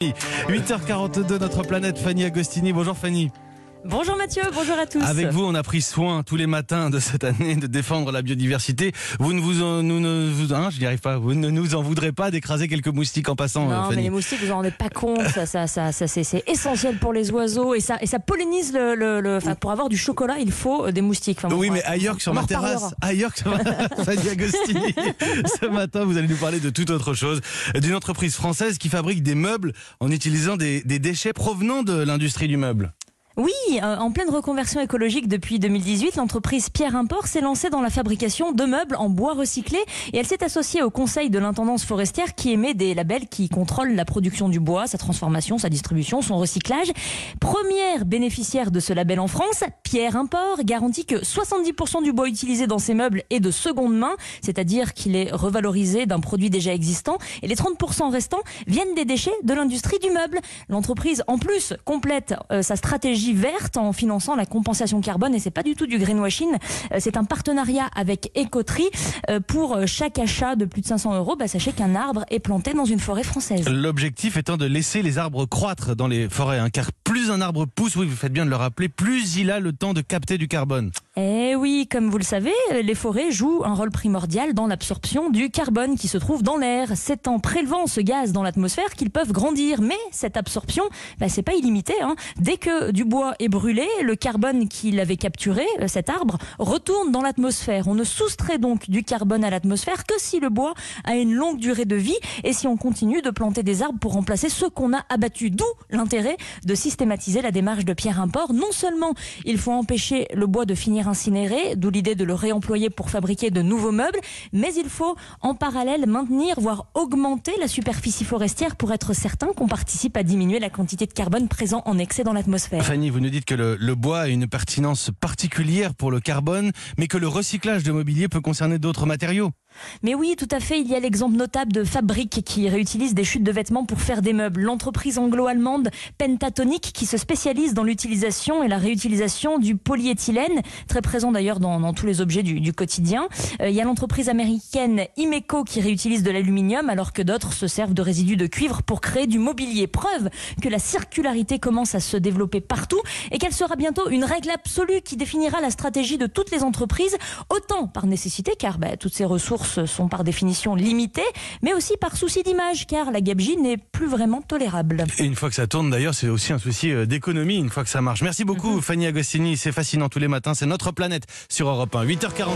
8h42, notre planète, Fanny Agostini. Bonjour Fanny. Bonjour Mathieu, bonjour à tous. Avec vous, on a pris soin tous les matins de cette année de défendre la biodiversité. Vous ne nous en voudrez pas d'écraser quelques moustiques en passant, Non, Fanny. mais les moustiques, vous en rendez pas compte. Ça, c'est essentiel pour les oiseaux et ça pollinise enfin, pour avoir du chocolat, il faut des moustiques. Enfin, Oui, mais ailleurs que sur ma terrasse, Fanny Agostini. Ce matin, vous allez nous parler de toute autre chose, d'une entreprise française qui fabrique des meubles en utilisant des déchets provenant de l'industrie du meuble. Oui, en pleine reconversion écologique depuis 2018, l'entreprise Pierre Import s'est lancée dans la fabrication de meubles en bois recyclé et elle s'est associée au conseil de l'intendance forestière qui émet des labels qui contrôlent la production du bois, sa transformation, sa distribution, son recyclage. Première bénéficiaire de ce label en France, Pierre Import garantit que 70% du bois utilisé dans ces meubles est de seconde main, c'est-à-dire qu'il est revalorisé d'un produit déjà existant et les 30% restants viennent des déchets de l'industrie du meuble. L'entreprise, en plus, complète sa stratégie verte en finançant la compensation carbone et c'est pas du tout du greenwashing, c'est un partenariat avec Écoterie. Pour chaque achat de plus de 500 €, sachez qu'un arbre est planté dans une forêt française. L'objectif étant de laisser les arbres croître dans les forêts, car plus un arbre pousse, oui vous faites bien de le rappeler, plus il a le temps de capter du carbone. Eh oui, comme vous le savez, les forêts jouent un rôle primordial dans l'absorption du carbone qui se trouve dans l'air. C'est en prélevant ce gaz dans l'atmosphère qu'ils peuvent grandir. Mais cette absorption, c'est pas illimité. Dès que du bois est brûlé, le carbone qu'il avait capturé, cet arbre, retourne dans l'atmosphère. On ne soustrait donc du carbone à l'atmosphère que si le bois a une longue durée de vie et si on continue de planter des arbres pour remplacer ceux qu'on a abattus. D'où l'intérêt de systématiser la démarche de Pierre Import. Non seulement il faut empêcher le bois de finir incinéré, d'où l'idée de le réemployer pour fabriquer de nouveaux meubles, mais il faut en parallèle maintenir, voire augmenter la superficie forestière pour être certain qu'on participe à diminuer la quantité de carbone présent en excès dans l'atmosphère. Fanny, vous nous dites que le bois a une pertinence particulière pour le carbone, mais que le recyclage de mobilier peut concerner d'autres matériaux. Mais oui, tout à fait. Il y a l'exemple notable de Fabrique qui réutilise des chutes de vêtements pour faire des meubles. L'entreprise anglo-allemande Pentatonic qui se spécialise dans l'utilisation et la réutilisation du polyéthylène, très présent d'ailleurs dans tous les objets du quotidien. Il y a l'entreprise américaine Imeco qui réutilise de l'aluminium alors que d'autres se servent de résidus de cuivre pour créer du mobilier. Preuve que la circularité commence à se développer partout et qu'elle sera bientôt une règle absolue qui définira la stratégie de toutes les entreprises, autant par nécessité car toutes ces ressources sont par définition limitées, mais aussi par souci d'image, car la gabegie n'est plus vraiment tolérable. Et une fois que ça tourne, d'ailleurs, c'est aussi un souci d'économie, une fois que ça marche. Merci beaucoup, Fanny Agostini. C'est fascinant tous les matins. C'est notre planète sur Europe 1. 8h40.